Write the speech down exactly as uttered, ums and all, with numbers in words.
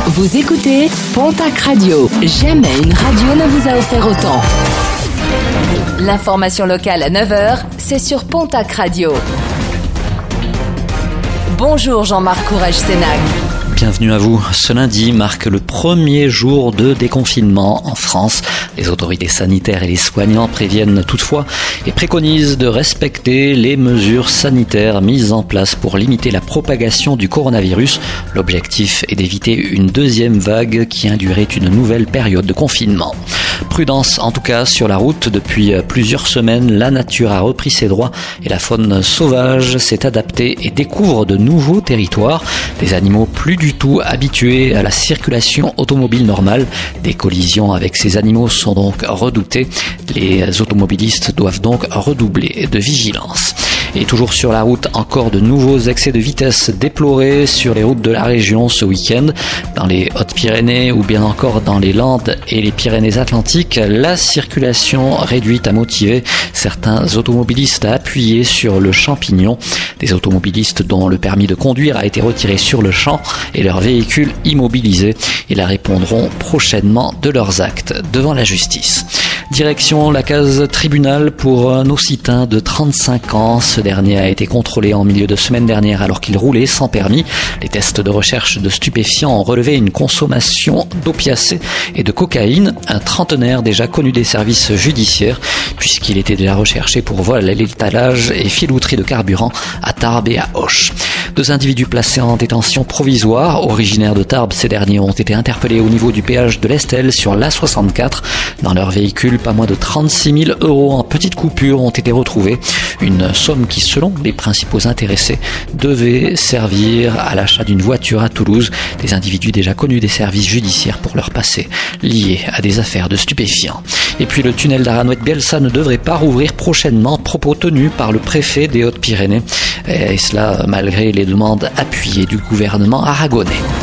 Vous écoutez Pontac Radio. Jamais une radio ne vous a offert autant. L'information locale à neuf heures, c'est sur Pontac Radio. Bonjour Jean-Marc Courage-Sénac. Bienvenue à vous. Ce lundi marque le premier jour de déconfinement en France. Les autorités sanitaires et les soignants préviennent toutefois et préconisent de respecter les mesures sanitaires mises en place pour limiter la propagation du coronavirus. L'objectif est d'éviter une deuxième vague qui induirait une nouvelle période de confinement. Prudence en tout cas sur la route. Depuis plusieurs semaines, la nature a repris ses droits et la faune sauvage s'est adaptée et découvre de nouveaux territoires. Des animaux plus du tout habitués à la circulation automobile normale. Des collisions avec ces animaux sont donc redoutées. Les automobilistes doivent donc redoubler de vigilance. Et toujours sur la route, encore de nouveaux excès de vitesse déplorés sur les routes de la région ce week-end. Dans les Hautes-Pyrénées ou bien encore dans les Landes et les Pyrénées-Atlantiques, la circulation réduite a motivé certains automobilistes à appuyer sur le champignon. Des automobilistes dont le permis de conduire a été retiré sur le champ et leurs véhicules immobilisés. Ils répondront prochainement de leurs actes devant la justice. Direction la case tribunal pour un Occitan de trente-cinq ans. Ce dernier a été contrôlé en milieu de semaine dernière alors qu'il roulait sans permis. Les tests de recherche de stupéfiants ont relevé une consommation d'opiacés et de cocaïne. Un trentenaire déjà connu des services judiciaires puisqu'il était déjà recherché pour vol à l'étalage et filouterie de carburant à Tarbes et à Auch. Deux individus placés en détention provisoire, originaires de Tarbes, ces derniers ont été interpellés au niveau du péage de l'Estel sur l'A soixante-quatre. Dans leur véhicule, pas moins de trente-six mille euros en petites coupures ont été retrouvés. Une somme qui, selon les principaux intéressés, devait servir à l'achat d'une voiture à Toulouse. Des individus déjà connus des services judiciaires pour leur passé, liés à des affaires de stupéfiants. Et puis le tunnel d'Aranouet-Bielsa ne devrait pas rouvrir prochainement, propos tenus par le préfet des Hautes-Pyrénées. Et cela malgré les demandes appuyées du gouvernement aragonais.